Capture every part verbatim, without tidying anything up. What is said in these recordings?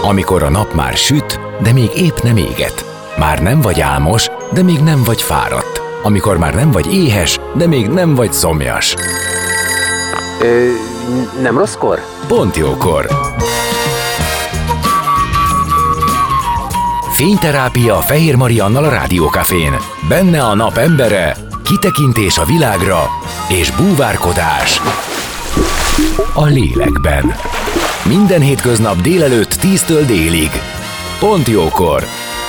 Amikor a nap már süt, de még épp nem éget. Már nem vagy álmos, de még nem vagy fáradt. Amikor már nem vagy éhes, de még nem vagy szomjas. Ö, nem rosszkor? Pont jókor. Fényterápia Fehér Mariannal a Rádiókafén. Benne a nap embere, kitekintés a világra és búvárkodás a lélekben. Minden hétköznap délelőtt tíztől délig. Pont jókor.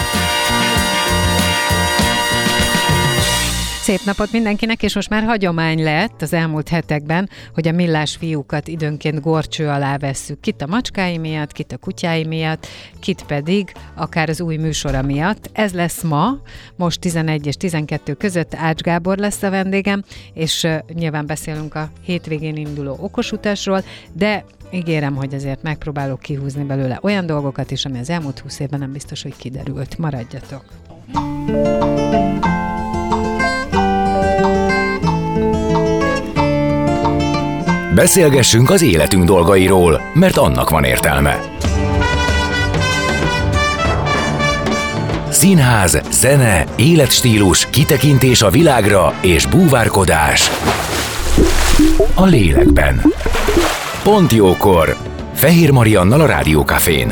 Szép napot mindenkinek, és most már hagyomány lett az elmúlt hetekben, hogy a millás fiúkat időnként górcső alá vesszük. Kit a macskái miatt, kit a kutyái miatt, kit pedig akár az új műsora miatt. Ez lesz ma, most tizenegy és tizenkettő között Ács Gábor lesz a vendégem, és uh, nyilván beszélünk a hétvégén induló okosutasról, de ígérem, hogy azért megpróbálok kihúzni belőle olyan dolgokat is, ami az elmúlt húsz évben nem biztos, hogy kiderült. Maradjatok! Beszélgessünk az életünk dolgairól, mert annak van értelme. Színház, zene, életstílus, kitekintés a világra és búvárkodás a lélekben. Pont jókor. Fehér Mariannal a Rádiókafén.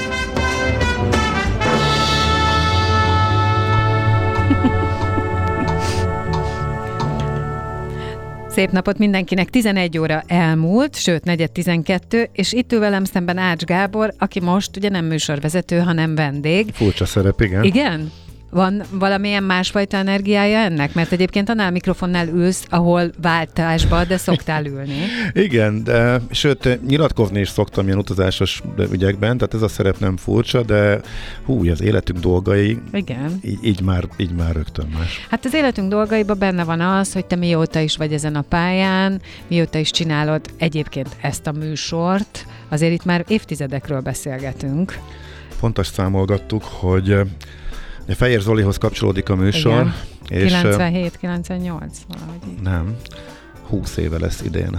Szép napot mindenkinek, tizenegy óra elmúlt, sőt, negyed tizenkettő, és itt ül velem szemben Ács Gábor, aki most ugye nem műsorvezető, hanem vendég. Furcsa szerep, igen. Igen? Van valamilyen másfajta energiája ennek? Mert egyébként annál mikrofonnál ülsz, ahol váltásba, de szoktál ülni. Igen, de sőt, nyilatkozni is szoktam ilyen utazásos ügyekben, tehát ez a szerep nem furcsa, de hú, az életünk dolgai, Igen. Így, így, már, így már rögtön más. Hát az életünk dolgaiban benne van az, hogy te mióta is vagy ezen a pályán, mióta is csinálod egyébként ezt a műsort, azért itt már évtizedekről beszélgetünk. Pont azt számolgattuk, hogy Fehér Zolihoz kapcsolódik a műsor. Igen. És kilencvenhét kilencvennyolc valahogy. Nem, húsz éve lesz idén.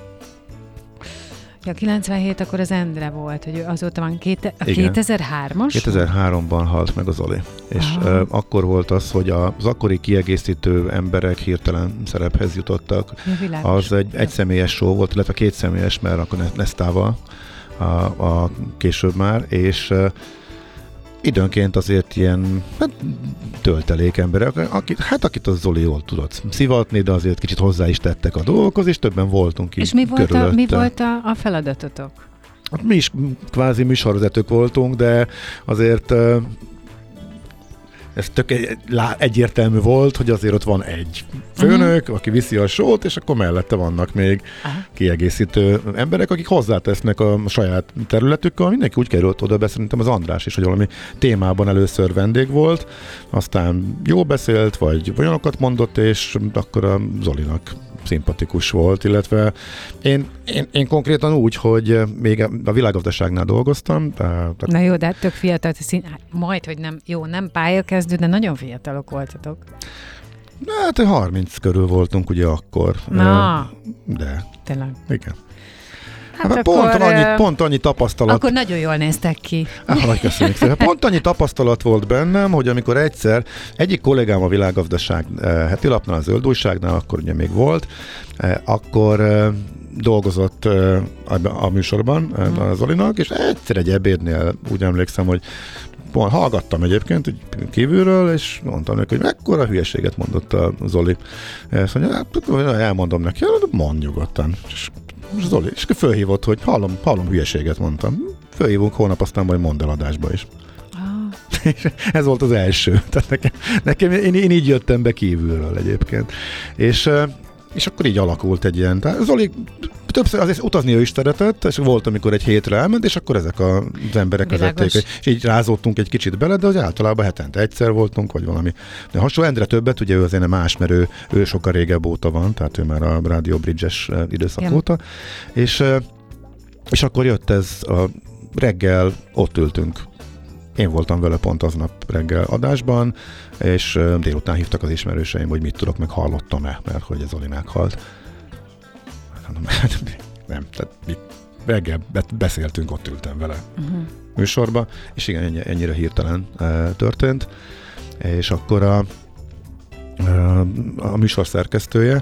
Ja, kilencvenhét akkor az Endre volt, hogy azóta van két, a Igen. kétezer-hármas? kétezer-háromban halt meg a Zoli. És uh, akkor volt az, hogy az akkori kiegészítő emberek hirtelen szerephez jutottak. Ja, az egy egyszemélyes show volt, illetve kétszemélyes, mert akkor Nesztával a, a később már, és uh, időnként azért ilyen hát, töltelék emberek, akit, hát akit az Zoli jól tudott szivatni, de azért kicsit hozzá is tettek a dolgokhoz, és többen voltunk így. És mi volt, körülötte. a, mi volt a, a feladatotok? Mi is kvázi műsorvezetők voltunk, de azért ez tök egyértelmű volt, hogy azért ott van egy főnök, uh-huh. aki viszi a sót, és akkor mellette vannak még uh-huh. kiegészítő emberek, akik hozzátesznek a saját területükkel. Mindenki úgy került oda be, szerintem az András is, hogy valami témában először vendég volt, aztán jól beszélt, vagy olyanokat mondott, és akkor a Zolinak szimpatikus volt, illetve én, én, én konkrétan úgy, hogy még a világgazdaságnál dolgoztam. Tehát Na jó, de tök fiatal, szín, majd, hogy nem, jó, nem pályakezdő, de nagyon fiatalok voltatok. Hát harminc körül voltunk ugye akkor. Na. De. Tényleg. Igen. Hát hát akkor, pont, annyi, pont annyi tapasztalat. Akkor nagyon jól néztek ki. Ah, köszönjük szépen. Pont annyi tapasztalat volt bennem, hogy amikor egyszer egyik kollégám a Világgazdaság eh, heti lapnál, a Zöld Újságnál, akkor ugye még volt, eh, akkor eh, dolgozott eh, a, a műsorban eh, a Zolinak, és egyszer egy ebédnél úgy emlékszem, hogy hallgattam egyébként kívülről, és mondtam neki, hogy mekkora hülyeséget mondott a Zoli. Ezt mondja, hát, elmondom neki, mondd nyugodtan. És Zoli, és fölhívott, hogy hallom, hallom hülyeséget mondtam. Fölhívunk hónap, aztán majd mondd el adásba is. Ah. Ez volt az első. Tehát nekem, nekem én, én így jöttem be kívülről egyébként. És, és akkor így alakult egy ilyen. Tehát Zoli többször azért utazni ő is szeretett, és volt, amikor egy hétre elment, és akkor ezek az emberek vezették, és így rázódtunk egy kicsit bele, de az általában hetente egyszer voltunk, vagy valami. De hasonló, Endre többet, ugye ő azért más, mert ő, ő sokkal régebb óta van, tehát ő már a Radio Bridge-es időszak Igen. óta, és, és akkor jött ez a reggel, ott ültünk. Én voltam vele pont aznap reggel adásban, és délután hívtak az ismerőseim, hogy mit tudok, meg hallottam-e, mert hogy ez Zoli meghalt. Nem, tehát mit, reggel beszéltünk, ott ültem vele uh-huh. műsorba, és igen, ennyi, ennyire hirtelen e, történt, és akkor a, a, a műsor szerkesztője,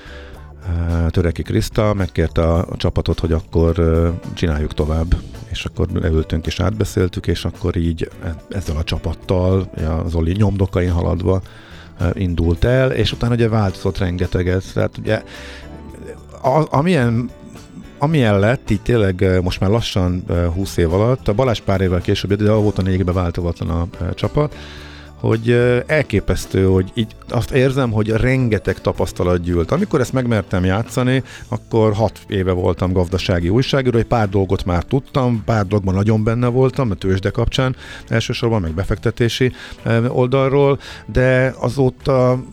Töreki Kriszta megkérte a, a csapatot, hogy akkor uh, csináljuk tovább, és akkor leültünk és átbeszéltük, és akkor így ezzel a csapattal, a Zoli nyomdokain haladva uh, indult el, és utána ugye változott rengeteget, tehát ugye a, amilyen Amilyen lett, így tényleg most már lassan húsz év alatt, a Balázs pár évvel később, de volt a négybe változatlan a csapat, hogy elképesztő, hogy így azt érzem, hogy rengeteg tapasztalat gyűlt. Amikor ezt megmertem játszani, akkor hat éve voltam gazdasági újságíró, egy pár dolgot már tudtam, pár dolgban nagyon benne voltam, a tőzsde kapcsán elsősorban, meg befektetési oldalról, de azóta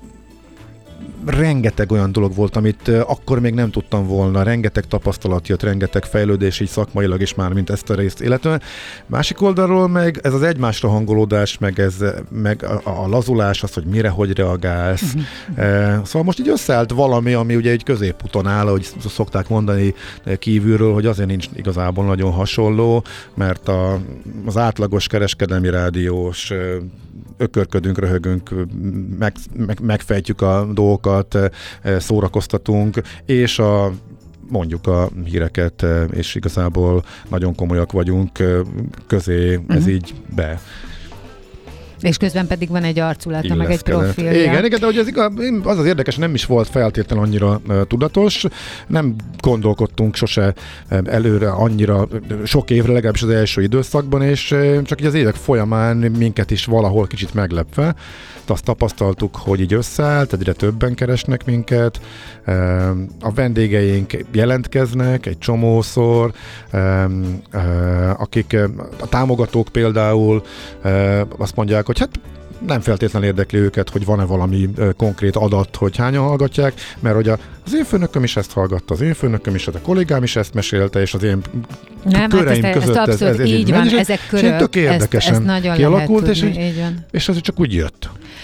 rengeteg olyan dolog volt, amit akkor még nem tudtam volna, rengeteg tapasztalat jött, rengeteg fejlődés így szakmailag is már, mint ezt a részt illetően. Másik oldalról meg ez az egymásra hangolódás, meg, ez, meg a, a lazulás, az, hogy mire, hogy reagálsz. uh, szóval most így összeállt valami, ami ugye egy középúton áll, ahogy szokták mondani kívülről, hogy azért nincs igazából nagyon hasonló, mert a, az átlagos kereskedelmi rádiós ökörködünk, röhögünk, meg, meg, megfejtjük a dolgokat, szórakoztatunk, és a mondjuk a híreket, és igazából nagyon komolyak vagyunk közé, ez uh-huh. így be. És közben pedig van egy arculata, meg egy profilja. Igen, igen, de hogy az, igaz, az az érdekes, nem is volt feltétlenül annyira uh, tudatos, nem gondolkodtunk sose uh, előre annyira, uh, sok évre, legalábbis az első időszakban, és uh, csak így az évek folyamán minket is valahol kicsit meglepve, azt tapasztaltuk, hogy így összeállt, egyre többen keresnek minket, uh, a vendégeink jelentkeznek egy csomószor, uh, uh, akik uh, a támogatók például uh, azt mondják, hogy hát nem feltétlenül érdekli őket, hogy van-e valami uh, konkrét adat, hogy hányan hallgatják, mert hogy a, az én főnököm is ezt hallgatta, az én főnököm is, a kollégám is ezt mesélte, és az én nem, köreim hát ezt, között ezt ez, ez így, így van, és ezek körök, tök érdekesen ezt, ezt nagyon kialakult, lehet tudni, és, így van. és az csak úgy jött.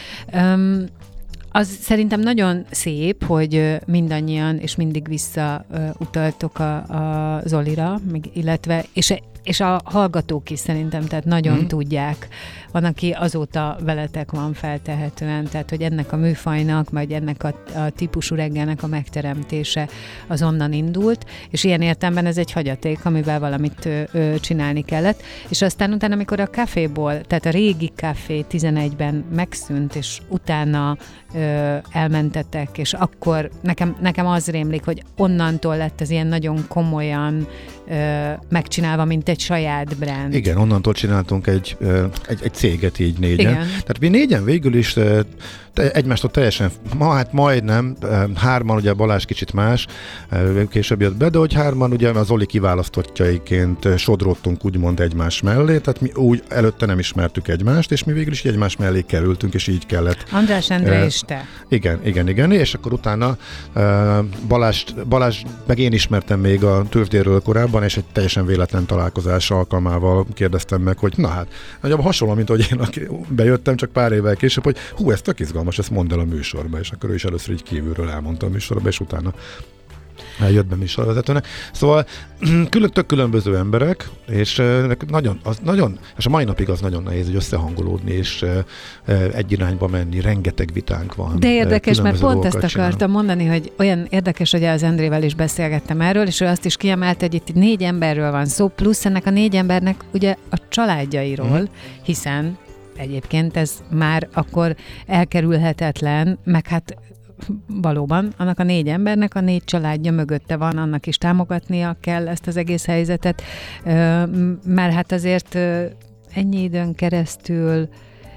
Um, az szerintem nagyon szép, hogy mindannyian és mindig visszautaltok a, a Zolira, illetve, és, és a hallgatók is szerintem, tehát nagyon mm. tudják. Van, aki azóta veletek van feltehetően, tehát hogy ennek a műfajnak, vagy ennek a, a típusú reggelnek a megteremtése az onnan indult, és ilyen értelemben ez egy hagyaték, amivel valamit ö, ö, csinálni kellett, és aztán utána, amikor a kávéból, tehát a régi kávé tizenegyben megszűnt, és utána ö, elmentetek, és akkor nekem, nekem az rémlik, hogy onnantól lett ez ilyen nagyon komolyan ö, megcsinálva, mint egy saját brand. Igen, onnantól csináltunk egy, egy, egy céget így négyen. Igen. Tehát mi négyen végül is te, egymástól teljesen, ma hát majdnem, hárman, ugye Balázs kicsit más, később jött be, de hogy hárman ugye az Zoli kiválasztottjaiként sodródtunk úgymond egymás mellé, tehát mi úgy előtte nem ismertük egymást, és mi végül is egymás mellé kerültünk, és így kellett. András Endre és te. Igen, igen, igen, és akkor utána Balázs, Balázs meg én ismertem még a tőzsdéről korábban, és egy teljesen véletlen találkozás alkalmával kérdeztem meg, hogy na hát, nagyobb hasonló, mint hogy én bejöttem csak pár évvel később, hogy hú, ez tök izgalmas, ezt mondd el a műsorba, és akkor ő is először így kívülről elmondta a műsorba, és utána eljött be műsorvezetőnek. Szóval külön, tök különböző emberek, és nagyon, az nagyon, és a mai napig az nagyon nehéz, hogy összehangolódni, és egy irányba menni, rengeteg vitánk van. De érdekes, mert pont ezt akartam csinál. mondani, hogy olyan érdekes, hogy az Endrével is beszélgettem erről, és ő azt is kiemelte, hogy itt négy emberről van szó, plusz ennek a négy embernek ugye a családjairól, mm. hiszen egyébként ez már akkor elkerülhetetlen, meg hát valóban annak a négy embernek a négy családja mögötte van, annak is támogatnia kell ezt az egész helyzetet, mert hát azért ennyi időn keresztül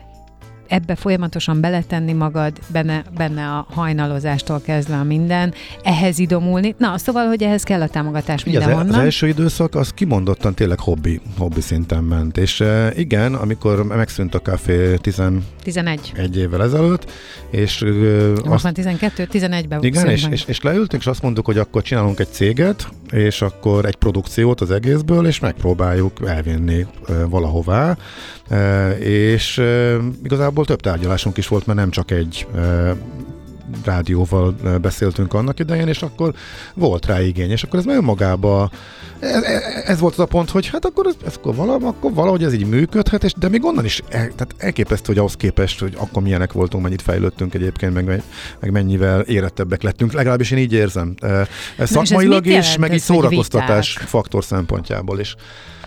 ebbe folyamatosan beletenni magad, benne, benne a hajnalozástól kezdve a minden, ehhez idomulni. Na, szóval, hogy ehhez kell a támogatás mindenhonnan. Az, az első időszak, az kimondottan tényleg hobbi, hobbi szinten ment. És uh, igen, amikor megszűnt a kávé tizenegy egy évvel ezelőtt, és uh, most azt, már tizenkettő, tizenegyben igen, és, és, és leültünk, és azt mondtuk, hogy akkor csinálunk egy céget, és akkor egy produkciót az egészből, és megpróbáljuk elvinni uh, valahová. Uh, és uh, igazából több tárgyalásunk is volt, mert nem csak egy uh, rádióval beszéltünk annak idején, és akkor volt rá igény, és akkor ez már önmagában ez, ez volt az a pont, hogy hát akkor, ez, ez akkor, valahogy, akkor valahogy ez így működhet, és, de még onnan is el, tehát elképesztő, hogy ahhoz képest, hogy akkor milyenek voltunk, mennyit fejlődtünk egyébként, meg, meg mennyivel érettebbek lettünk, legalábbis én így érzem. Ez szakmailag is, meg így szórakoztatás faktor szempontjából is.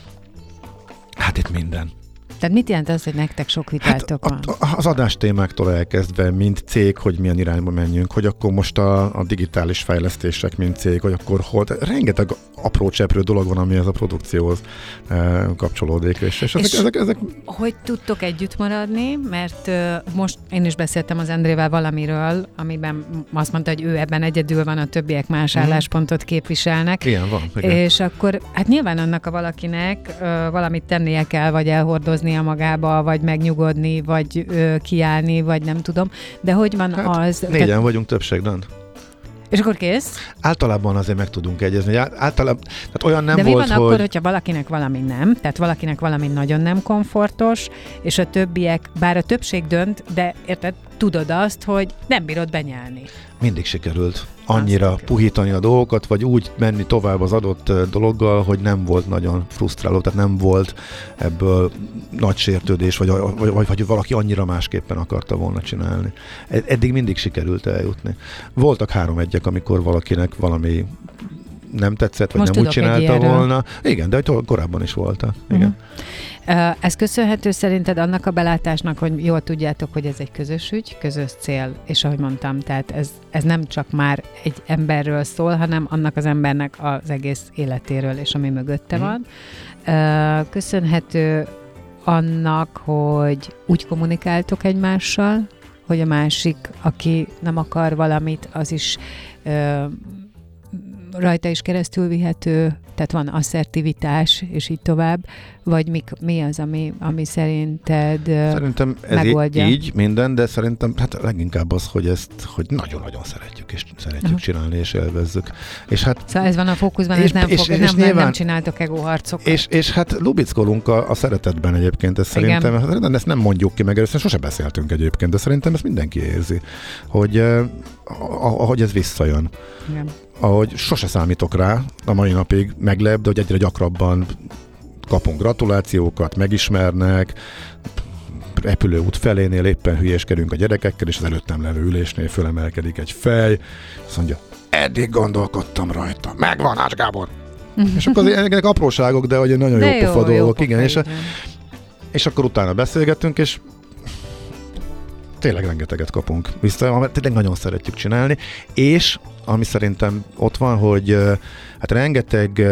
Hát itt minden. Tehát mit jelent az, hogy nektek sok vitátok hát van? A, az adástémáktól elkezdve, mint cég, hogy milyen irányba menjünk, hogy akkor most a, a digitális fejlesztések, mint cég, hogy akkor hol, rengeteg apró cseprő dolog van, ami ez a produkcióhoz e, kapcsolódik. És, és, és ezek, ezek, ezek... hogy tudtok együtt maradni? Mert uh, most én is beszéltem az Endrével valamiről, amiben azt mondta, hogy ő ebben egyedül van, a többiek más mm. álláspontot képviselnek. Igen, van. Igen. És akkor hát nyilván annak a valakinek uh, valamit tennie kell, vagy elhordozni a magába, vagy megnyugodni, vagy ö, kiállni, vagy nem tudom. De hogy van hát az... Négyen te... vagyunk többségben. És akkor kész? Általában azért meg tudunk egyezni. Általában, tehát olyan nem De volt, mi van hogy... akkor, hogyha valakinek valami nem, tehát valakinek valami nagyon nem komfortos, és a többiek, bár a többség dönt, de érted, tudod azt, hogy nem bírod benyelni. Mindig sikerült annyira puhítani a dolgokat, vagy úgy menni tovább az adott dologgal, hogy nem volt nagyon frusztráló, tehát nem volt ebből nagy sértődés, vagy, vagy, vagy, vagy valaki annyira másképpen akarta volna csinálni. Eddig mindig sikerült eljutni. Voltak három egyek, amikor valakinek valami nem tetszett, vagy most nem úgy csinálta volna. Erről. Igen, de korábban is voltak. Igen. Uh-huh. Ez köszönhető szerinted annak a belátásnak, hogy jól tudjátok, hogy ez egy közös ügy, közös cél, és ahogy mondtam, tehát ez, ez nem csak már egy emberről szól, hanem annak az embernek az egész életéről, és ami mögötte mm. van. Köszönhető annak, hogy úgy kommunikáltok egymással, hogy a másik, aki nem akar valamit, az is rajta is keresztül vihető, tehát van asszertivitás, és így tovább, vagy mik, mi az, ami, ami szerinted szerintem ez megoldja? Így minden, de szerintem hát leginkább az, hogy ezt hogy nagyon-nagyon szeretjük, és szeretjük uh-huh. csinálni, és élvezzük. És hát, szóval ez van a fókuszban, és, ez nem, és, fog, és nem, nyilván, nem csináltok egóharcokat. És, és hát lubickolunk a, a szeretetben egyébként, ezt szerintem, hát, ezt nem mondjuk ki meg, ezt sose beszéltünk egyébként, de szerintem ezt mindenki érzi, hogy eh, ahogy ez visszajön. Igen. Ahogy sose számítok rá, a mai napig meglep, de hogy egyre gyakrabban kapunk gratulációkat, megismernek, repülőút felénél éppen hülyéskedünk a gyerekekkel, és az előttem levő ülésnél fölemelkedik egy fej, azt mondja, eddig gondolkodtam rajta, megvan Ács Gábor! És akkor ezek apróságok, de hogy nagyon de jó pofa dolgok, jó igen, és, a, és akkor utána beszélgettünk, és tényleg rengeteget kapunk vissza, mert tényleg nagyon szeretjük csinálni, és ami szerintem ott van, hogy hát rengeteg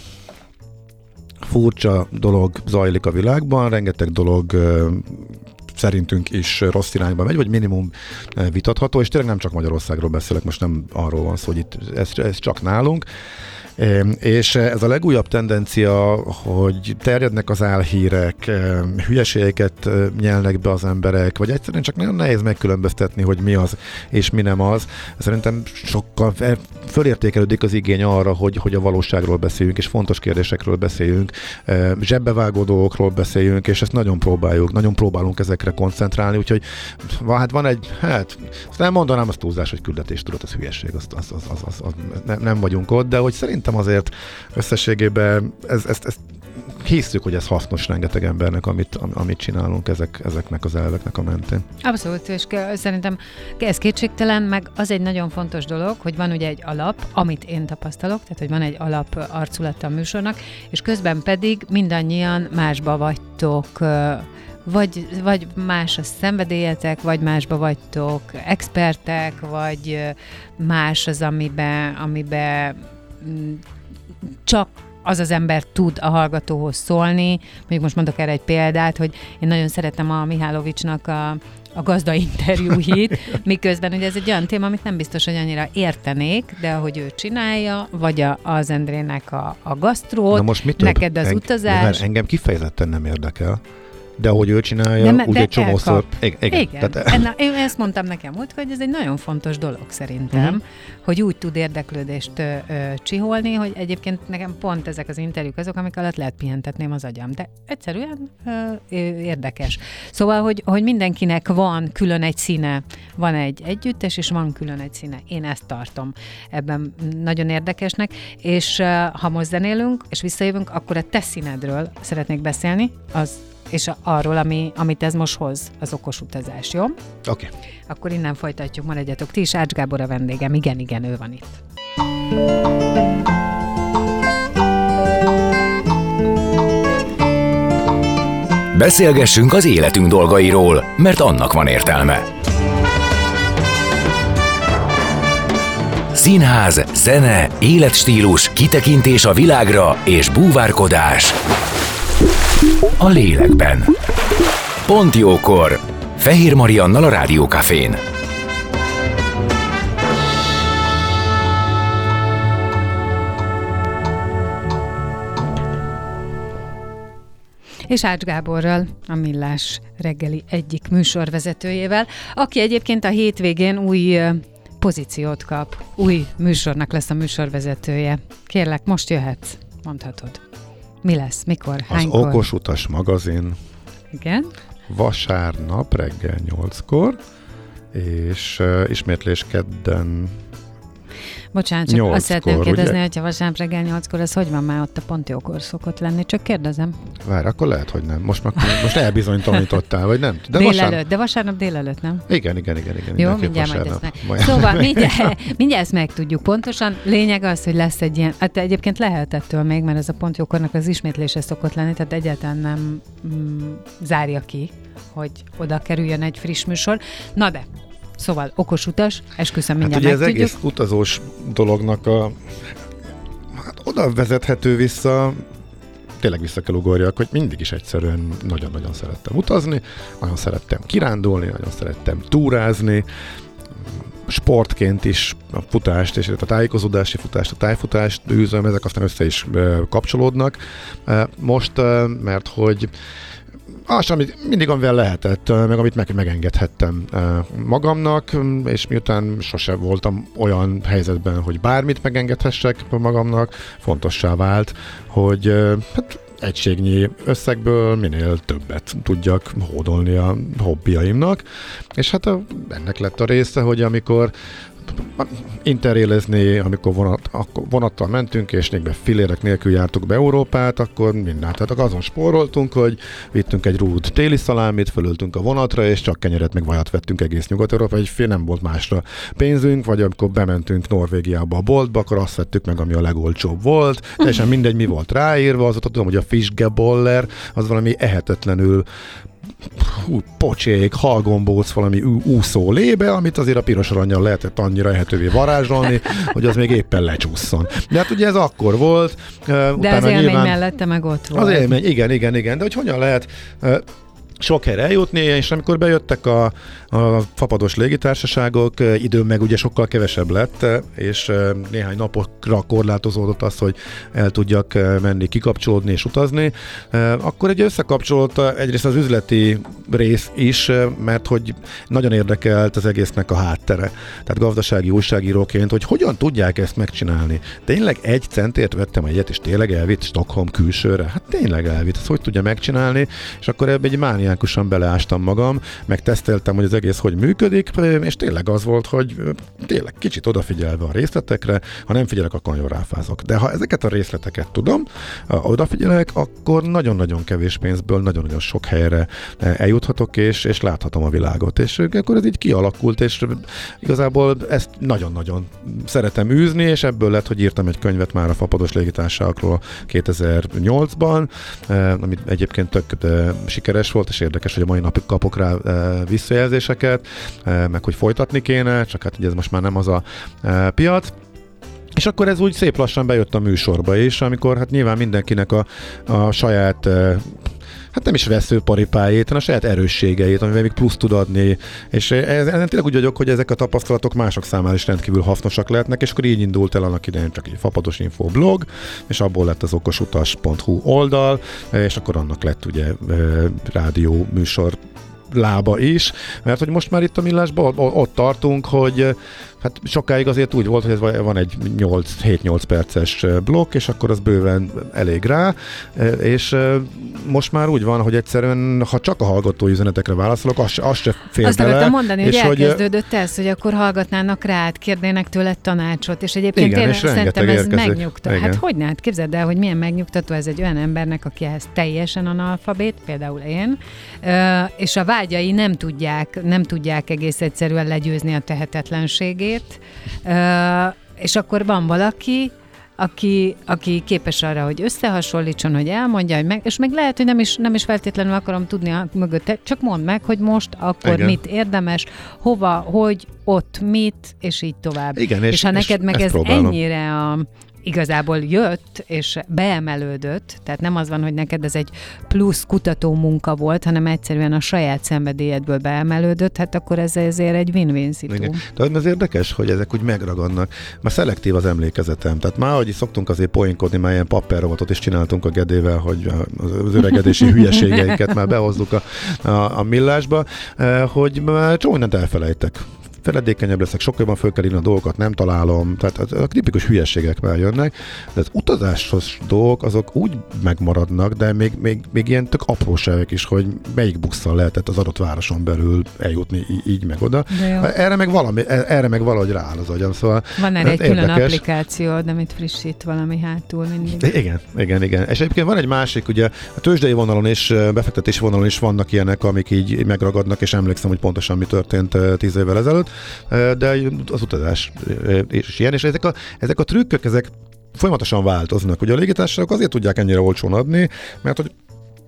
furcsa dolog zajlik a világban, rengeteg dolog szerintünk is rossz irányba megy, vagy minimum vitatható, és tényleg nem csak Magyarországról beszélek, most nem arról van szó, hogy itt ez, ez csak nálunk. És ez a legújabb tendencia, hogy terjednek az álhírek, hülyeségeket nyelnek be az emberek, vagy egyszerűen csak nagyon nehéz megkülönböztetni, hogy mi az és mi nem az. Szerintem sokkal fölértékelődik az igény arra, hogy, hogy a valóságról beszéljünk, és fontos kérdésekről beszéljünk, zsebbevágó dolgokról beszéljünk, és ezt nagyon próbáljuk, nagyon próbálunk ezekre koncentrálni, úgyhogy hát van egy, hát azt nem mondanám, az túlzás, hogy küldetéstudat, az hülyeség, az, az, az, az, az, az, nem, nem vagyunk ott, de hogy szerintem azért összességében ez, ezt, ezt hiszük, hogy ez hasznos rengeteg embernek, amit, amit csinálunk ezek, ezeknek az elveknek a mentén. Abszolút, és szerintem ez kétségtelen, meg az egy nagyon fontos dolog, hogy van ugye egy alap, amit én tapasztalok, tehát hogy van egy alap arculata a műsornak, és közben pedig mindannyian másba vagytok, vagy, vagy más a szenvedélyetek, vagy másba vagytok expertek, vagy más az, amiben, amiben csak az az ember tud a hallgatóhoz szólni. Mondjuk most mondok erre egy példát, hogy én nagyon szeretem a Mihálovicsnak a, a gazda interjúit, miközben ugye ez egy olyan téma, amit nem biztos, hogy annyira értenék, de ahogy ő csinálja, vagy a, az Endrének a, a gasztrót, neked az Eng- utazás. Engem kifejezetten nem érdekel. de ahogy ő csinálja, de, úgy de egy csomószor... Igen, igen. igen. Tehát, Enna, én ezt mondtam nekem múlt, hogy ez egy nagyon fontos dolog szerintem, uh-huh. hogy úgy tud érdeklődést ö, ö, csiholni, hogy egyébként nekem pont ezek az interjúk azok, amik alatt lehet pihentetném az agyam, de egyszerűen ö, érdekes. Szóval, hogy, hogy mindenkinek van külön egy színe, van egy együttes, és van külön egy színe. Én ezt tartom ebben nagyon érdekesnek, és uh, ha most zenélünk, és visszajövünk, akkor a te színedről szeretnék beszélni, az és arról, ami, amit ez most hoz, az okos utazás, jó? Oké. Okay. Akkor innen folytatjuk, maradjatok ti is. Ács Gábor a vendégem, igen, igen, ő van itt. Beszélgessünk az életünk dolgairól, mert annak van értelme. Színház, zene, életstílus, kitekintés a világra és búvárkodás a lélekben. Pont jókor! Fehér Mariannal a Rádió Cafén. És Ács Gáborral, a Millás reggeli egyik műsorvezetőjével, aki egyébként a hétvégén új pozíciót kap. Új műsornak lesz a műsorvezetője. Kérlek, most jöhetsz, mondhatod. Mi lesz, mikor, az hánykor? Az Okos Utas magazin. Igen. Vasárnap reggel nyolckor, és uh, ismétlés kedden Bocsánat, csak nyolckor, azt szeretném kérdezni, ugye? hogyha vasárnap reggel nyolckor, az hogy van már ott a pont jókor szokott lenni? Csak kérdezem. Várj, akkor lehet, hogy nem. Most, most elbizonytalanítottál, vagy nem? De délelőtt, vasárnap... de vasárnap délelőtt, nem? Igen, igen, igen. igen Jó, mindjárt majd ezt meg. Majd... Szóval mindjárt, mindjárt ezt megtudjuk pontosan. Lényeg az, hogy lesz egy ilyen, hát egyébként lehet ettől még, mert ez a pont jókornak az ismétlése szokott lenni, tehát egyáltalán nem mm, zárja ki, hogy oda kerüljön egy friss műsor. Na de, szóval okos utas, esküszöm, mindjárt hát ugye megtudjuk. Az egész utazós dolognak a hát oda vezethető vissza, tényleg vissza kell ugorjak, hogy mindig is egyszerűen nagyon-nagyon szerettem utazni, nagyon szerettem kirándulni, nagyon szerettem túrázni, sportként is a futást, és a tájékozódási futást, a tájfutást űzöm, ezek aztán össze is kapcsolódnak. Most, mert hogy az, amit mindig amivel lehetett, meg amit meg, megengedhettem magamnak, és miután sose voltam olyan helyzetben, hogy bármit megengedhessek magamnak, fontossá vált, hogy hát egységnyi összegből minél többet tudjak hódolni a hobbiaimnak, és hát a, ennek lett a része, hogy amikor interrélezni, amikor vonat, akkor vonattal mentünk, és még be filérek nélkül jártuk be Európát, akkor mindent. Tehát azon spóroltunk, hogy vittünk egy rúd téli szalámit, fölöltünk a vonatra, és csak kenyeret meg vajat vettünk egész Nyugat-Európa, egy fél nem volt másra pénzünk, vagy amikor bementünk Norvégiába a boltba, akkor azt vettük meg, ami a legolcsóbb volt. Teljesen mindegy, mi volt ráírva, azóta tudom, hogy a Fischgeboller az valami ehetetlenül hú, pocsék, halgombóc, valami úszó lébe, amit azért a piros arannyal lehetett annyira ehetővé varázsolni, hogy az még éppen lecsúszson. De hát ugye ez akkor volt. De utána az élmény nyilván, mellette meg ott volt. Az élmény, igen, igen, igen. De hogy hogyan lehet sok helyre eljutni, és amikor bejöttek a, a fapados légitársaságok, időm meg ugye sokkal kevesebb lett, és néhány napokra korlátozódott az, hogy el tudjak menni, kikapcsolódni és utazni, akkor egy összekapcsolódott egyrészt az üzleti rész is, mert hogy nagyon érdekelt az egésznek a háttere. Tehát gazdasági újságíróként, hogy hogyan tudják ezt megcsinálni. Tényleg egy centért vettem egyet, és tényleg elvitt Stockholm külsőre? Hát tényleg elvitt. Ezt hogy tudja megcsinálni? És akkor ebbe egy mániákusan beleástam magam, meg teszteltem, hogy az egész hogy működik, és tényleg az volt, hogy tényleg kicsit odafigyelve a részletekre, ha nem figyelek, akkor nagyon ráfázok. De ha ezeket a részleteket tudom, odafigyelek, akkor nagyon-nagyon kevés pénzből nagyon-nagyon sok helyre eljuthatok, és, és láthatom a világot. És akkor ez így kialakult, és igazából ezt nagyon-nagyon szeretem űzni, és ebből lett, hogy írtam egy könyvet már a fapados légitársaságokról kétezer-nyolcban, ami egyébként tök sikeres volt, és érdekes, hogy a mai napig kapok rá visszajelzéseket, meg hogy folytatni kéne, csak hát ugye ez most már nem az a piac. És akkor ez úgy szép lassan bejött a műsorba is, amikor hát nyilván mindenkinek a, a saját hát nem is veszőparipájét, hanem a saját erősségeit, amivel még plusz tud adni, és ezen tényleg úgy vagyok, hogy ezek a tapasztalatok mások számára is rendkívül hasznosak lehetnek, és akkor így indult el annak idején csak egy Fapados Info blog, és abból lett az okosutas pont hu oldal, és akkor annak lett ugye rádió műsor lába is, mert hogy most már itt a Millásban ott tartunk, hogy hát sokáig azért úgy volt, hogy ez van egy hét-nyolc perces blokk, és akkor az bőven elég rá, és most már úgy van, hogy egyszerűen, ha csak a hallgatói üzenetekre válaszolok, az, az se fér Azt bele. akartam mondani, hogy és elkezdődött hogy... ez, hogy akkor hallgatnának rád, kérnének tőled tanácsot, és egyébként igen, én és szerintem ez érkezik. megnyugtató. Hát hogy ne? Hát képzeld el, hogy milyen megnyugtató ez egy olyan embernek, aki ehhez teljesen analfabét, például én, és a vágyai nem tudják, nem tudják egész egyszerűen legyőzni a tehetetlenségét, Uh, és akkor van valaki, aki, aki képes arra, hogy összehasonlítson, hogy elmondja, hogy meg, és meg lehet, hogy nem is, nem is feltétlenül akarom tudni a mögötte, csak mondd meg, hogy most akkor igen. mit érdemes, hova, hogy, ott mit, és így tovább. Igen, és, és ha neked és meg ez próbálom. ennyire a igazából jött, és beemelődött, tehát nem az van, hogy neked ez egy plusz kutató munka volt, hanem egyszerűen a saját szenvedélyedből beemelődött, hát akkor ez ezért egy win-win szitu. Tehát ez érdekes, hogy ezek úgy megragadnak. Már szelektív az emlékezetem. Tehát már, hogy szoktunk azért poénkodni, már ilyen papperrovatot is csináltunk a Gedével, hogy az öregedési hülyeségeiket már behozzuk a, a, a Millásba, hogy már csomó mindent elfelejtek. Feledékenyebb leszek, sokkal jobban föl kell írni a dolgokat, nem találom, tehát a tipikus hülyeségek már jönnek, de az utazásos dolgok azok úgy megmaradnak, de még, még, még ilyen tök apróságok is, hogy melyik busszal lehetett az adott városon belül eljutni így meg oda. Erre meg, valami, erre meg valahogy rááll az agyam, szóval van erre egy érdekes. Külön applikáció, amit frissít valami hátul mindig. Igen, igen, igen. És egyébként van egy másik, ugye a tőzsdei vonalon és befektetési vonalon is vannak ilyenek, amik így megragadnak, és emlékszem, hogy pontosan mi történt tíz évvel ezelőtt. De az utazás és ilyen, és ezek a, ezek a trükkök, ezek folyamatosan változnak. Ugye a légitársaságok azért tudják ennyire olcsón adni, mert hogy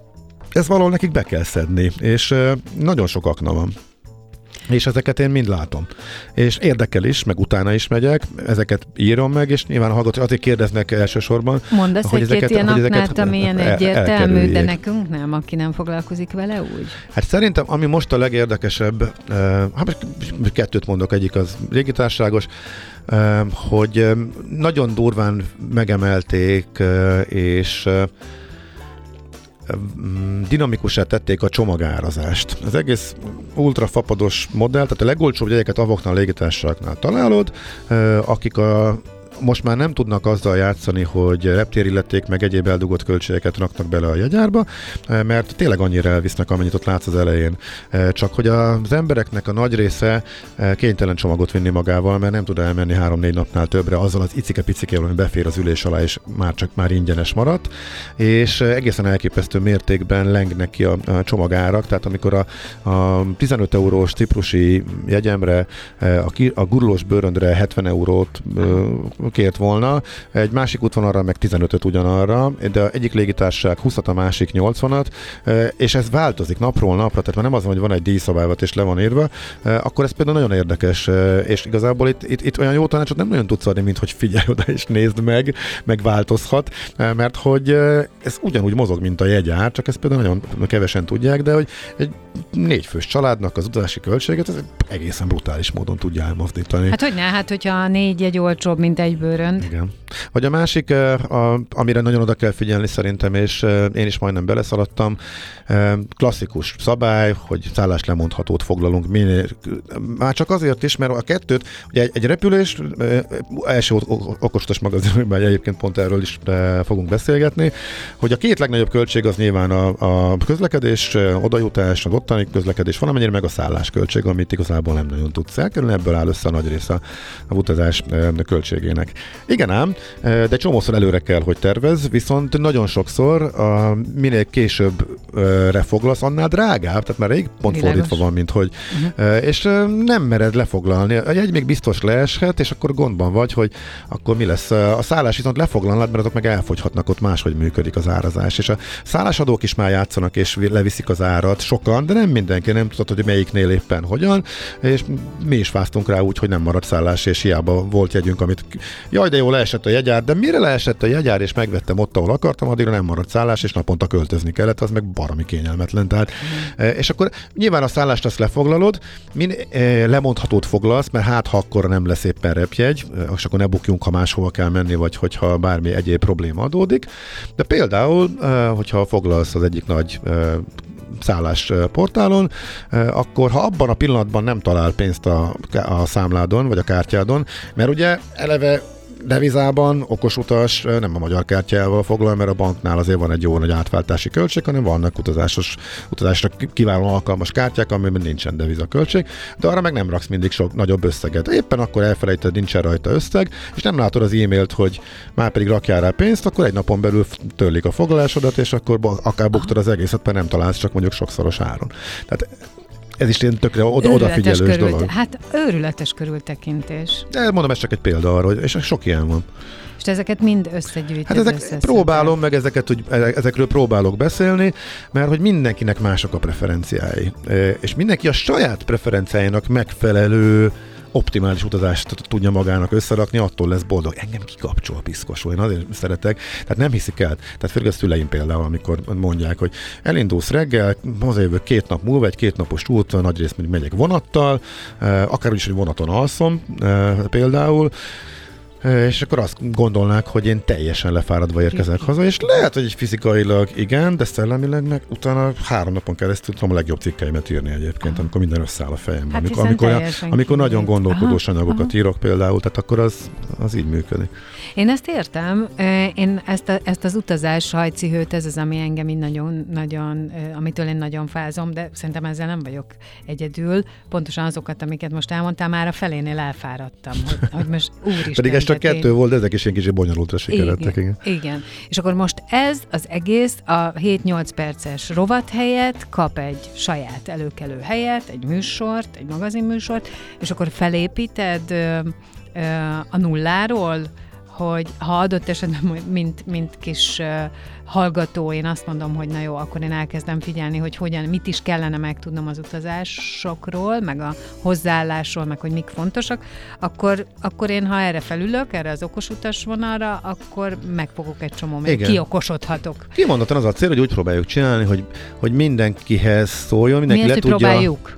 ez valahol nekik be kell szedni, és nagyon sok akna van. És ezeket én mind látom. És érdekel is, meg utána is megyek, ezeket írom meg, és nyilván a hallgatók azért kérdeznek elsősorban. Mondasz hogy egy-két ezeket, ilyen hogy aknát, ami ilyen el, egyértelmű, de nekünk nem, aki nem foglalkozik vele úgy? Hát szerintem, ami most a legérdekesebb, hát kettőt mondok, egyik az légitársaságos, hogy nagyon durván megemelték, és dinamikussá tették a csomagárazást. Az egész ultrafapados modell, tehát a legolcsóbb jegyeket avoknál, légitársaságnál találod, akik a most már nem tudnak azzal játszani, hogy reptérilleték meg egyéb eldugott költségeket raknak bele a jegyárba, mert tényleg annyira elvisznek, amennyit ott látsz az elején. Csak hogy az embereknek a nagy része kénytelen csomagot vinni magával, mert nem tud elmenni három-négy napnál többre azzal az icike-picikével, ami befér az ülés alá, és már csak már ingyenes maradt, és egészen elképesztő mértékben lengnek ki a, a csomagárak, tehát amikor a, a tizenöt eurós ciprusi jegyemre, a, ki, a gurulós bőröndre hetven eurót kért volna, egy másik útvonalra meg tizenötöt ugyanarra, de egyik légitársaság húszat, a másik nyolcvanat, és ez változik napról napra, tehát már nem az van, hogy van egy díjszabályzat és le van írva, akkor ez például nagyon érdekes, és igazából itt, itt, itt olyan jó tanácsot nem nagyon tudsz adni, mint hogy figyelj oda és nézd meg, meg változhat, mert hogy ez ugyanúgy mozog, mint a jegyár, csak ezt például nagyon kevesen tudják, de hogy egy négyfős családnak az utazási költséget ez egészen brutális módon tudja elmozdítani. Hát hogy ne, hát hogyha négy jegy olcsóbb, mint egy bőrönd. Igen. Vagy a másik, a, amire nagyon oda kell figyelni szerintem, és én is majdnem beleszaladtam, klasszikus szabály, hogy szállás lemondhatót foglalunk minél, már csak azért is, mert a kettőt, ugye egy, egy repülés, első okostas magazinban egyébként pont erről is fogunk beszélgetni, hogy a két legnagyobb költség az nyilván a, a közlekedés, odajutás, az ottani közlekedés, valamennyire meg a szállásköltség, amit igazából nem nagyon tudsz elkerülni, ebből áll össze a nagy része a utazás költségének. Igen ám, de csomószor előre kell, hogy tervez, viszont nagyon sokszor a, minél későbbre foglalsz, annál drágább, tehát már rég pont Világos. Fordítva van, mint hogy, uh-huh. és nem mered lefoglalni. A jegy még biztos leeshet, és akkor gondban vagy, hogy akkor mi lesz. A szállás viszont lefoglalnád, mert azok meg elfogyhatnak, ott máshogy működik az árazás, és a szállásadók is már játszanak, és leviszik az árat, sokan, de nem mindenki, nem tudod, hogy melyiknél éppen hogyan, és mi is fáztunk rá úgy, hogy nem maradt szállás, és hiába volt jegyünk, amit jaj, de jó, leesett a jegyár, de mire leesett a jegyár, és megvettem ott, ahol akartam, addigra nem maradt szállás, és naponta költözni kellett, az meg baromi kényelmetlen. Tehát, mm. És akkor nyilván a szállást azt lefoglalod, min, lemondhatót foglalsz, mert hát ha akkor nem lesz éppen repjegy, és akkor ne bukjunk, ha máshova kell menni, vagy hogyha bármi egyéb probléma adódik. De például, hogyha foglalsz az egyik nagy szállásportálon, akkor ha abban a pillanatban nem talál pénzt a, a számládon, vagy a kártyádon, mert ugye eleve devizában okosutas nem a magyar kártyával foglal, mert a banknál azért van egy jó nagy átváltási költség, hanem vannak utazásos, utazásra kiválóan alkalmas kártyák, amiben nincsen devizaköltség, de arra meg nem raksz mindig sok nagyobb összeget. Éppen akkor elfelejted, nincsen rajta összeg, és nem látod az e-mailt, hogy már pedig rakjál rá pénzt, akkor egy napon belül törlik a foglalásodat, és akkor akár buktad az egészet, mert nem találsz csak mondjuk sokszoros áron. Tehát ez is ilyen tökre oda, odafigyelős körült, dolog. Hát őrületes körültekintés. De mondom, ez csak egy példa arra, hogy, és sok ilyen van. És ezeket mind összegyűjtöd. Hát ezek, próbálom meg ezeket, hogy ezekről próbálok beszélni, mert hogy mindenkinek mások a preferenciái. És mindenki a saját preferenciájának megfelelő optimális utazást tudja magának összerakni, attól lesz boldog. Engem kikapcsol a piszkosról, én azért szeretek. Tehát nem hiszik el. Tehát főleg a szüleim például, amikor mondják, hogy elindulsz reggel, hazajövök két nap múlva, egy kétnapos túlt, nagyrészt megyek vonattal, akár úgyis, hogy vonaton alszom például, és akkor azt gondolnák, hogy én teljesen lefáradva érkezek haza, és lehet, hogy fizikailag igen, de szellemileg meg utána három napon keresztül tudom a legjobb cikkeimet írni egyébként, amikor minden összeáll a fejemben. Hát amikor, amikor, amikor nagyon gondolkodós aha, anyagokat aha. írok például, tehát akkor az, az így működik. Én ezt értem, én ezt, a, ezt az utazás sajtcihőt, ez az, ami engem így nagyon, nagyon, amitől én nagyon fázom, de szerintem ezzel nem vagyok egyedül. Pontosan azokat, amiket most elmondtál, már a felénél elfáradtam, hogy, hogy most úristen. Csak kettő én... volt, de ezek is ilyen kicsit bonyolultra sikeredtek. Igen, igen. igen. És akkor most ez az egész a hét-nyolc perces rovat helyett kap egy saját előkelő helyet, egy műsort, egy magazinműsort, és akkor felépíted ö, ö, a nulláról, hogy ha adott esetben, mint, mint kis uh, hallgató, én azt mondom, hogy na jó, akkor én elkezdem figyelni, hogy hogyan, mit is kellene megtudnom az utazásokról, meg a hozzáállásról, meg hogy mik fontosak, akkor, akkor én, ha erre felülök, erre az okos utas vonalra, akkor megfogok egy csomó, még kiokosodhatok. Kimondottan az a cél, hogy úgy próbáljuk csinálni, hogy, hogy mindenkihez szóljon, mindenki miért, le tudja... próbáljuk?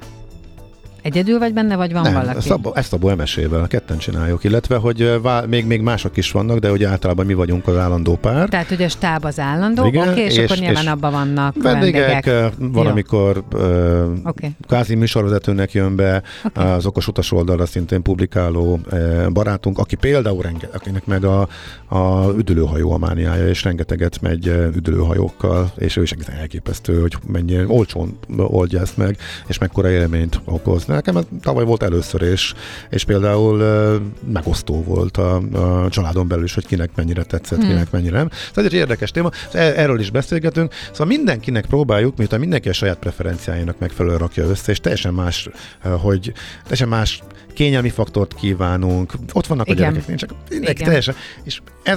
Egyedül vagy benne, vagy van nem, valaki? Szabó, ezt Szabó emesével, ketten csináljuk, illetve, hogy vá, még, még mások is vannak, de hogy általában mi vagyunk az állandó pár. Tehát, hogy a stáb az állandó, oké, okay, és, és akkor nyilván és abban vannak vendégek. vendégek. Van, jó. amikor uh, okay. kázi műsorvezetőnek jön be, okay. az okos utas oldalra szintén publikáló uh, barátunk, aki például renge, akinek meg a, a üdülőhajó a mániája, és rengeteget megy üdülőhajókkal, és ő is egészen elképesztő, hogy mennyi olcsón oldja ezt meg, és mekkora élményt okoz. Nekem ez tavaly volt először, és, és például uh, megosztó volt a, a családon belül is, hogy kinek mennyire tetszett, hmm. kinek mennyire nem. Ez egy érdekes téma, erről is beszélgetünk. Szóval mindenkinek próbáljuk, miután mindenki a saját preferenciájának megfelelően rakja össze, és teljesen más, uh, hogy teljesen más kényelmi faktort kívánunk. Ott vannak igen. a gyerekek, nincs csak mindenki teljesen. És ez,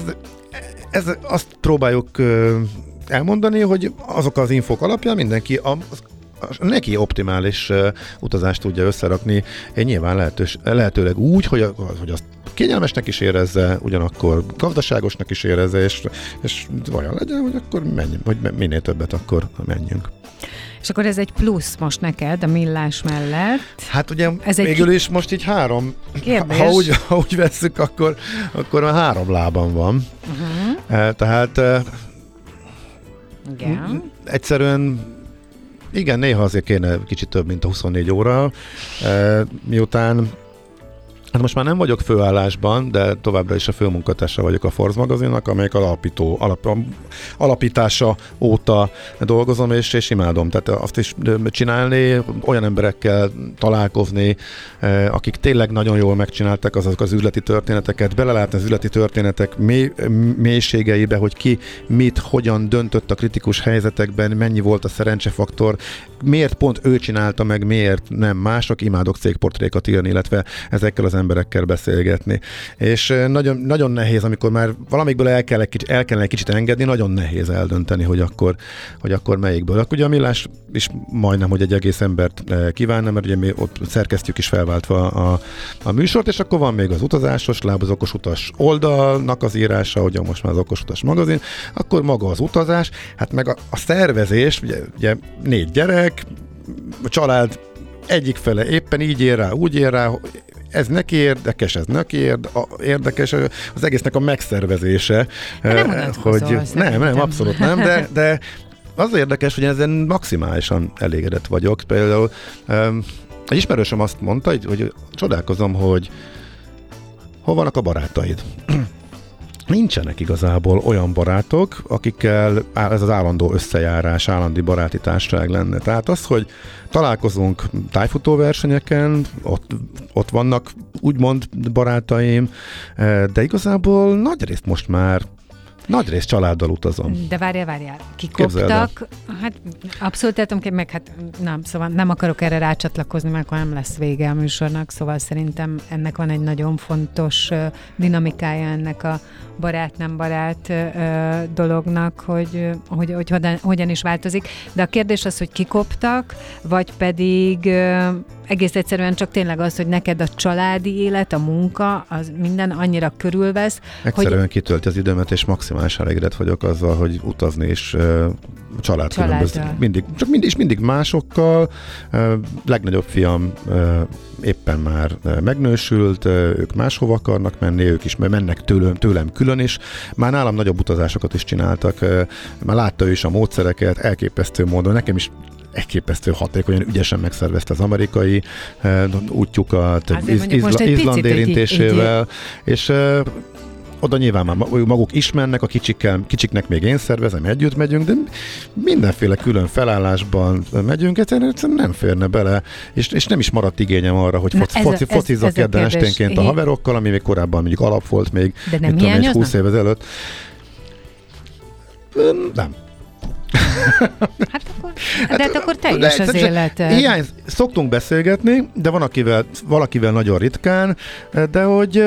ez azt próbáljuk uh, elmondani, hogy azok az infók alapján mindenki a, az neki optimális uh, utazást tudja összerakni, én nyilván lehetős, lehetőleg úgy, hogy, a, hogy azt kényelmesnek is érezze, ugyanakkor gazdaságosnak is érezze, és, és olyan legyen, hogy akkor menjünk, hogy minél többet akkor menjünk. És akkor ez egy plusz most neked a millás mellett. Hát ugye ez végül egy... is most így három, kérdés. ha úgy, ha úgy vesszük, akkor, akkor a három lábam van. Uh-huh. Tehát igen. egyszerűen igen, néha azért kéne kicsit több, mint a huszonnégy óra, e, miután hát most már nem vagyok főállásban, de továbbra is a főmunkatársa vagyok a Forz magazinnak, amelyik alapító, alap, alapítása óta dolgozom, és, és imádom. Tehát azt is csinálni, olyan emberekkel találkozni, akik tényleg nagyon jól megcsináltak azok az üzleti történeteket, belelátni az üzleti történetek mély, mélységeibe, hogy ki mit, hogyan döntött a kritikus helyzetekben, mennyi volt a szerencsefaktor, miért pont ő csinálta meg, miért nem mások. Imádok cégportrékat írni, illetve ezekkel az emberekkel beszélgetni. És nagyon, nagyon nehéz, amikor már valamikből el kell, egy kicsit, el kell egy kicsit engedni, nagyon nehéz eldönteni, hogy akkor, hogy akkor melyikből. Akkor ugye a Millás is majdnem, hogy egy egész embert kívánna, mert ugye mi ott szerkesztjük is felváltva a, a műsort, és akkor van még az utazásos láb, az okos utas oldalnak az írása, ugye most már az okos utas magazin, akkor maga az utazás, hát meg a, a szervezés, ugye, ugye négy gyerek, a család egyik fele éppen így ér rá, úgy ér rá, ez neki érdekes, ez neki érde, érdekes, az egésznek a megszervezése. Nem hogy nem, nem, abszolút nem, de, de az érdekes, hogy ezen maximálisan elégedett vagyok. Például um, egy ismerősöm azt mondta, hogy, hogy csodálkozom, hogy hol vannak a barátaid. Nincsenek igazából olyan barátok, akikkel ez az állandó összejárás, állandi baráti társaság lenne. Tehát az, hogy találkozunk tájfutó versenyeken, ott, ott vannak úgymond barátaim, de igazából nagyrészt most már Nagyrészt családdal utazom. De várjál, várjál. Kikoptak, hát abszolút értem, meg hát nem, szóval nem akarok erre rácsatlakozni, mert akkor nem lesz vége a műsornak, szóval szerintem ennek van egy nagyon fontos uh, dinamikája ennek a barát-nem barát uh, dolognak, hogy, uh, hogy, hogy hogyan, hogyan is változik. De a kérdés az, hogy kikoptak, vagy pedig uh, egész egyszerűen csak tényleg az, hogy neked a családi élet, a munka, az minden annyira körülvesz. Egyszerűen hogy... kitölti az időmet, és maximálisan elégedett vagyok azzal, hogy utazni is uh, család különböző. Mindig, csak mindig, és mindig másokkal. Uh, legnagyobb fiam uh, éppen már uh, megnősült, uh, ők máshova akarnak menni, ők is mennek tőlem, tőlem külön is. Már nálam nagyobb utazásokat is csináltak. Uh, már látta ő is a módszereket, elképesztő módon. Nekem is elképesztő hatékonyan, ügyesen megszervezte az amerikai uh, útjukat, iz, izla, Izland érintésével, és uh, oda nyilván már maguk ismernek, a kicsikkel, kicsiknek még én szervezem, együtt megyünk, de mindenféle külön felállásban megyünk, egyszerűen nem férne bele, és, és nem is maradt igényem arra, hogy foci, foci, focizzak kedden esténként a haverokkal, ami még korábban mondjuk alap volt még, de nem tudom, egy húsz év ezelőtt. Nem. Hát akkor, de hát akkor teljes de, az életed. Hiány, szoktunk beszélgetni, de van akivel, valakivel nagyon ritkán, de hogy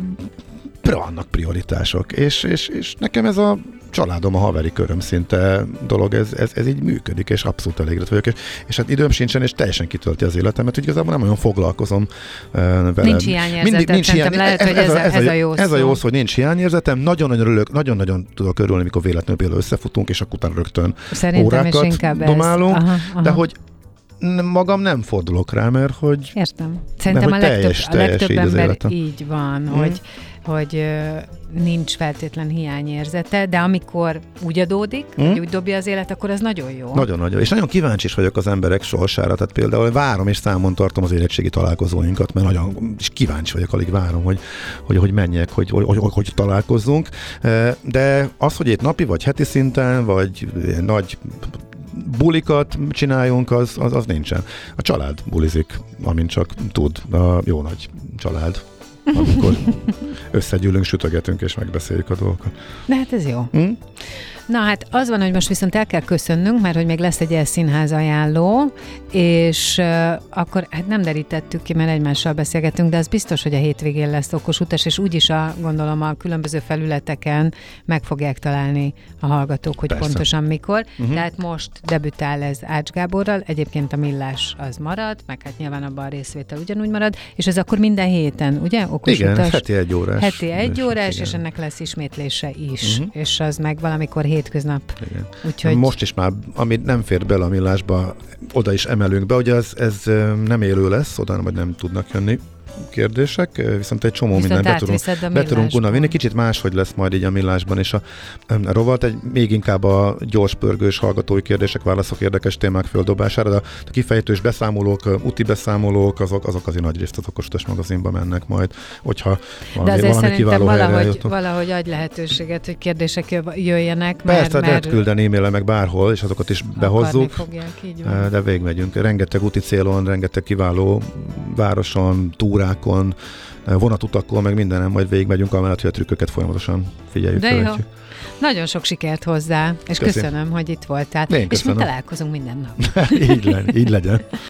vannak prioritások, és, és, és nekem ez a családom, a haveri köröm szinte dolog, ez, ez, ez így működik, és abszolút elégedett vagyok, és, és hát időm sincsen, és teljesen kitölti az életemet, hogy igazából nem olyan foglalkozom uh, vele. Nincs hiányérzetem, nincs hiány, lehet, ez, hogy ez, ez, a, ez, ez, a, jó ez a jó szó, hogy nincs hiányérzetem, nagyon-nagyon örülök, nagyon-nagyon tudok örülni, amikor véletlenül például összefutunk, és akkor utána rögtön szerintem órákat domálunk, aha, aha. De hogy magam nem fordulok rá, mert hogy... Értem. Szerintem mert, a legtöbb, teljes, a legtöbb ember így, így van, hmm. hogy, hogy uh, nincs feltétlen hiányérzete, de amikor úgy adódik, hmm. hogy úgy dobja az élet, akkor az nagyon jó. Nagyon-nagyon. És nagyon kíváncsi is vagyok az emberek sorsára. Tehát például várom és számon tartom az érettségi találkozóinkat, mert nagyon és kíváncsi vagyok, alig várom, hogy, hogy, hogy menjek, hogy, hogy, hogy, hogy találkozzunk. De az, hogy egy napi vagy heti szinten, vagy nagy bulikat csináljunk, az, az, az nincsen. A család bulizik, amint csak tud. A jó nagy család, amikor összegyűlünk, sütögetünk és megbeszéljük a dolgokat. De hát ez jó. Hm? Na hát az van, hogy most viszont el kell köszönnünk, mert hogy még lesz egy színház ajánló, és uh, akkor hát nem derítettük ki, mert egymással beszélgetünk, de az biztos, hogy a hétvégén lesz okos utas, és úgyis a, gondolom a különböző felületeken meg fogják találni a hallgatók, hogy Persze. pontosan mikor. Uh-huh. Tehát most debütál ez Ács Gáborral, egyébként a Millás az marad, meg hát nyilván abban a részvétel ugyanúgy marad, és ez akkor minden héten, ugye? Okos igen, utas, heti egy órás. Heti egy órás, és, és ennek lesz ismétlése is, uh-huh. és az meg valamikor hétköznap. Úgyhogy... Most is már, ami nem fér bele a Millásba, oda is emelünk be, ugye ez, ez nem élő lesz, oda vagy nem tudnak jönni kérdések, viszont egy csomó mindent be tudunk, be tudunk unna vinni. Kicsit máshogy lesz majd így a Millásban, és a, a rovat egy még inkább a gyors pörgős hallgatói kérdések, válaszok, érdekes témák földobására, de a kifejtős beszámolók, úti beszámolók, azok, azok azért nagy részt az Okos Utas magazinba mennek majd, hogyha valami, valami kiváló valahogy, valahogy adj lehetőséget, hogy kérdések jöjjenek. Persze, mert, lehet küldeni e-mail-el meg bárhol, és azokat is behozzuk, fogják, így van. De végigmegyünk. Rengeteg úti célon, rengeteg kiváló városon, túrákon, vonatutakon, meg mindenem majd végigmegyünk, amellett, hogy a trükköket folyamatosan figyeljük. De jó. Nagyon sok sikert hozzá, és Köszönöm, köszönöm hogy itt voltál. Én és köszönöm. mi találkozunk minden nap. így, le, így legyen.